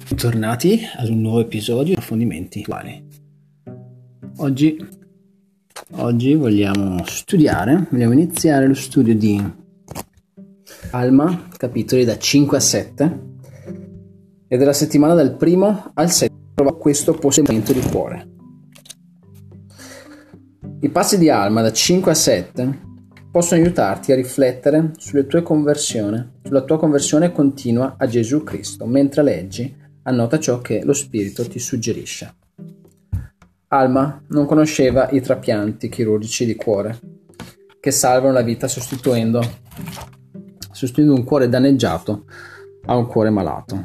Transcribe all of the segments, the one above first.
Bentornati ad un nuovo episodio di Approfondimenti Spirituali. Oggi vogliamo iniziare lo studio di Alma, capitoli da 5 a 7, e della settimana dal 1 al 7 trova questo possedimento di cuore. I passi di Alma da 5 a 7 possono aiutarti a riflettere sulla tua conversione continua a Gesù Cristo mentre leggi. Annota ciò che lo Spirito ti suggerisce. Alma non conosceva i trapianti chirurgici di cuore che salvano la vita sostituendo un cuore danneggiato a un cuore malato,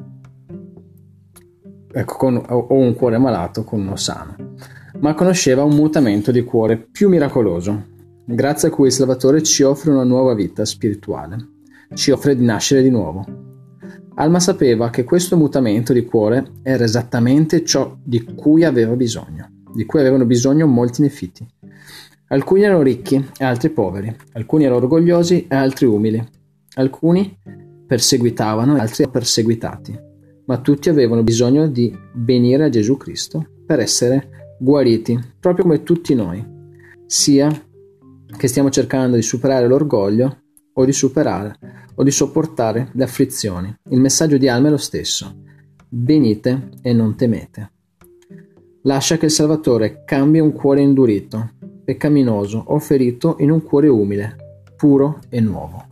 o un cuore malato con uno sano, ma conosceva un mutamento di cuore più miracoloso, grazie a cui il Salvatore ci offre una nuova vita spirituale, ci offre di nascere di nuovo. Alma sapeva che questo mutamento di cuore era esattamente ciò di cui avevano bisogno molti nefiti. Alcuni erano ricchi e altri poveri, alcuni erano orgogliosi e altri umili, alcuni perseguitavano e altri erano perseguitati, ma tutti avevano bisogno di venire a Gesù Cristo per essere guariti, proprio come tutti noi, sia che stiamo cercando di superare l'orgoglio o di sopportare le afflizioni. Il messaggio di Alma è lo stesso: venite e non temete. Lascia che il Salvatore cambi un cuore indurito, peccaminoso o ferito in un cuore umile, puro e nuovo.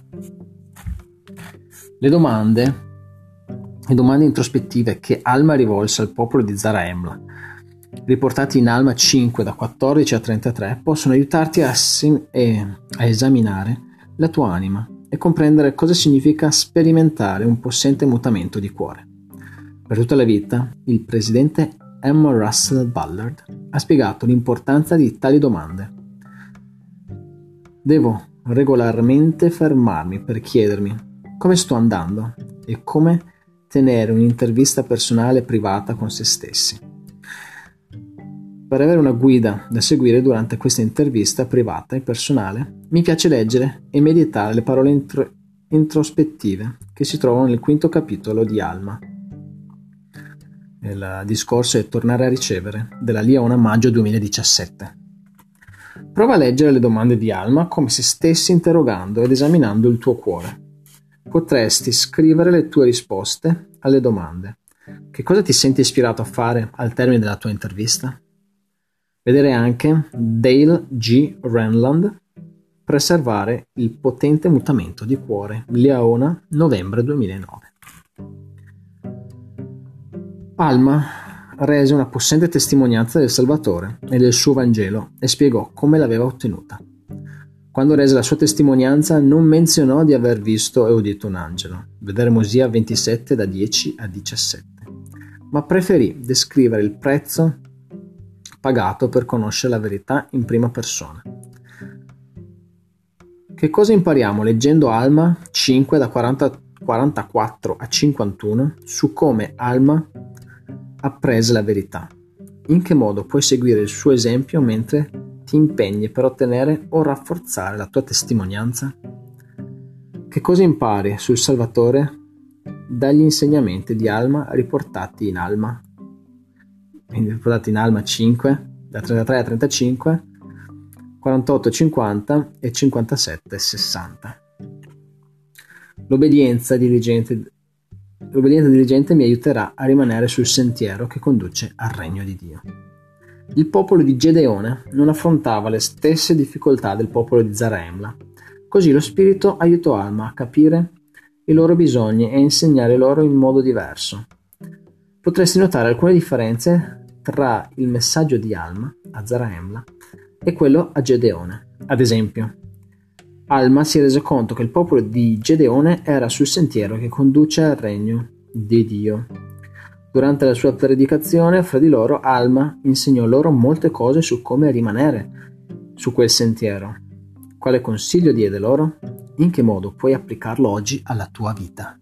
Le domande introspettive che Alma rivolse al popolo di Zarahemla, riportati in Alma 5 da 14 a 33, possono aiutarti a esaminare la tua anima e comprendere cosa significa sperimentare un possente mutamento di cuore. Per tutta la vita, il presidente M. Russell Ballard ha spiegato l'importanza di tali domande. Devo regolarmente fermarmi per chiedermi come sto andando e come tenere un'intervista personale privata con se stessi. Per avere una guida da seguire durante questa intervista privata e personale, mi piace leggere e meditare le parole introspettive che si trovano nel 5° capitolo di Alma. Il discorso è Tornare a ricevere, della Liona Maggio 2017. Prova a leggere le domande di Alma come se stessi interrogando ed esaminando il tuo cuore. Potresti scrivere le tue risposte alle domande. Che cosa ti senti ispirato a fare al termine della tua intervista? Vedere anche Dale G. Renland, Preservare il potente mutamento di cuore, Liona, novembre 2009. Alma rese una possente testimonianza del Salvatore e del suo Vangelo e spiegò come l'aveva ottenuta. Quando rese la sua testimonianza non menzionò di aver visto e udito un angelo, vedere Mosè 27 da 10 a 17, ma preferì descrivere il prezzo pagato per conoscere la verità in prima persona. Che cosa impariamo leggendo Alma 5 da 44 a 51 su come Alma apprese la verità? In che modo puoi seguire il suo esempio mentre ti impegni per ottenere o rafforzare la tua testimonianza? Che cosa impari sul Salvatore dagli insegnamenti di Alma riportati in Alma 5, da 33 a 35, 48, 50 e 57 e 60. L'obbedienza diligente mi aiuterà a rimanere sul sentiero che conduce al regno di Dio. Il popolo di Gedeone non affrontava le stesse difficoltà del popolo di Zarahemla, così lo Spirito aiutò Alma a capire i loro bisogni e a insegnare loro in modo diverso. Potresti notare alcune differenze tra il messaggio di Alma a Zarahemla e quello a Gedeone. Ad esempio, Alma si è reso conto che il popolo di Gedeone era sul sentiero che conduce al regno di Dio. Durante la sua predicazione fra di loro, Alma insegnò loro molte cose su come rimanere su quel sentiero. Quale consiglio diede loro? In che modo puoi applicarlo oggi alla tua vita?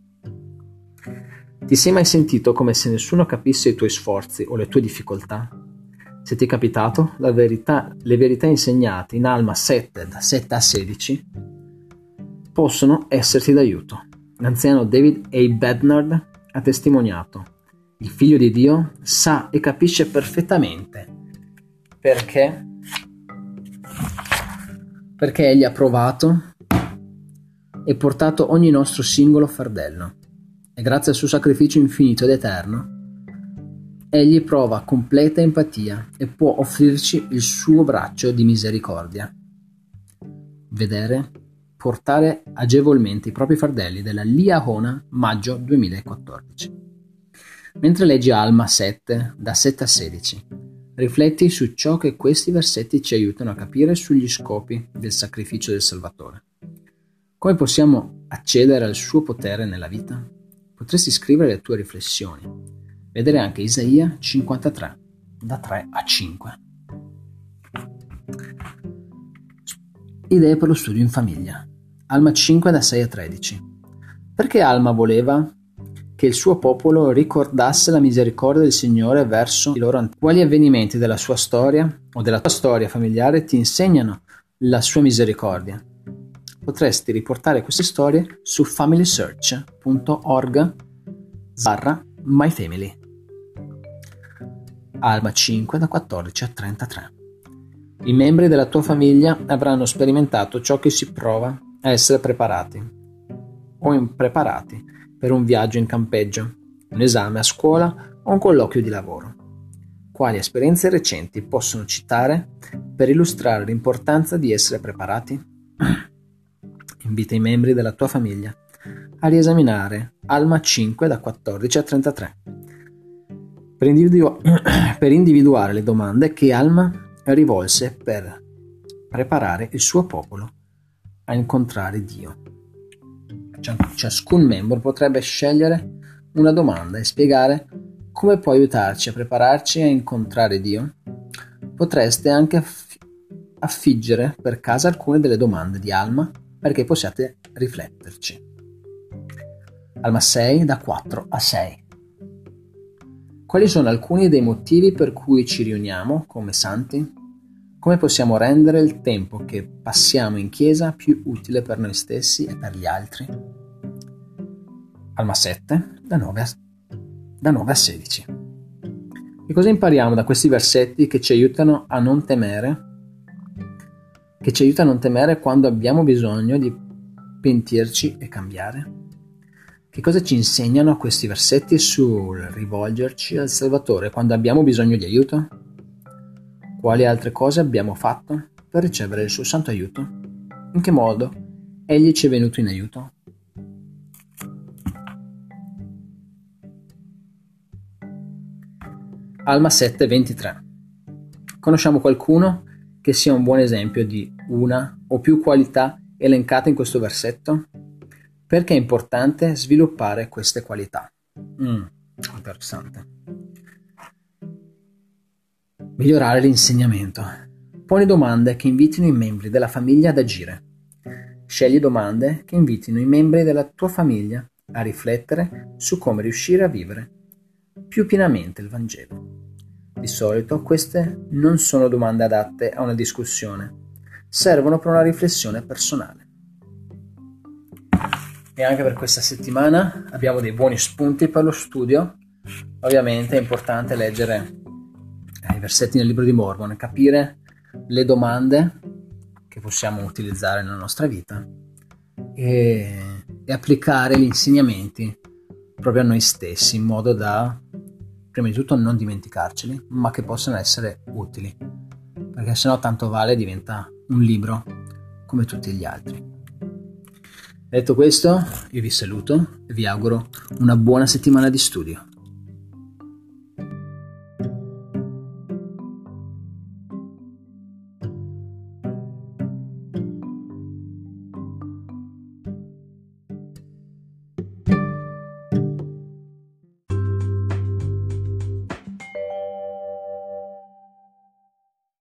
Ti sei mai sentito come se nessuno capisse i tuoi sforzi o le tue difficoltà? Se ti è capitato, le verità insegnate in Alma 7, da 7 a 16, possono esserti d'aiuto. L'anziano David A. Bednard ha testimoniato. Il Figlio di Dio sa e capisce perfettamente perché Egli ha provato e portato ogni nostro singolo fardello. E grazie al suo sacrificio infinito ed eterno, Egli prova completa empatia e può offrirci il suo braccio di misericordia. Vedere, portare agevolmente i propri fardelli della Liahona, maggio 2014. Mentre leggi Alma 7, da 7 a 16, rifletti su ciò che questi versetti ci aiutano a capire sugli scopi del sacrificio del Salvatore. Come possiamo accedere al suo potere nella vita? Potresti scrivere le tue riflessioni. Vedere anche Isaia 53, da 3 a 5. Idee per lo studio in famiglia. Alma 5, da 6 a 13. Perché Alma voleva che il suo popolo ricordasse la misericordia del Signore verso i loro antichi? Quali avvenimenti della sua storia o della tua storia familiare ti insegnano la sua misericordia? Potresti riportare queste storie su familysearch.org/myfamily. Alma 5, da 14 a 33. I membri della tua famiglia avranno sperimentato ciò che si prova a essere preparati o impreparati per un viaggio in campeggio, un esame a scuola o un colloquio di lavoro. Quali esperienze recenti possono citare per illustrare l'importanza di essere preparati? Invita i membri della tua famiglia a riesaminare Alma 5, da 14 a 33 per individuare le domande che Alma rivolse per preparare il suo popolo a incontrare Dio. Ciascun membro potrebbe scegliere una domanda e spiegare come può aiutarci a prepararci a incontrare Dio. Potreste anche affiggere per casa alcune delle domande di Alma perché possiate rifletterci. Alma 6, da 4 a 6. Quali sono alcuni dei motivi per cui ci riuniamo come santi? Come possiamo rendere il tempo che passiamo in chiesa più utile per noi stessi e per gli altri? Alma 7, da 9 a 16. Che cosa impariamo da questi versetti che ci aiutano a non temere? Che ci aiuta a non temere quando abbiamo bisogno di pentirci e cambiare? Che cosa ci insegnano questi versetti sul rivolgerci al Salvatore quando abbiamo bisogno di aiuto? Quali altre cose abbiamo fatto per ricevere il suo santo aiuto? In che modo Egli ci è venuto in aiuto? Alma 7, 23. Conosciamo qualcuno che sia un buon esempio di una o più qualità elencate in questo versetto? Perché è importante sviluppare queste qualità? Interessante. Migliorare l'insegnamento. Poni domande che invitino i membri della famiglia ad agire. Scegli domande che invitino i membri della tua famiglia a riflettere su come riuscire a vivere più pienamente il Vangelo. Di solito queste non sono domande adatte a una discussione, servono per una riflessione personale. E anche per questa settimana abbiamo dei buoni spunti per lo studio. Ovviamente è importante leggere i versetti nel libro di Mormon, capire le domande che possiamo utilizzare nella nostra vita e applicare gli insegnamenti proprio a noi stessi in modo da, prima di tutto, non dimenticarceli, ma che possano essere utili, perché sennò tanto vale diventa un libro come tutti gli altri. Detto questo, io vi saluto e vi auguro una buona settimana di studio.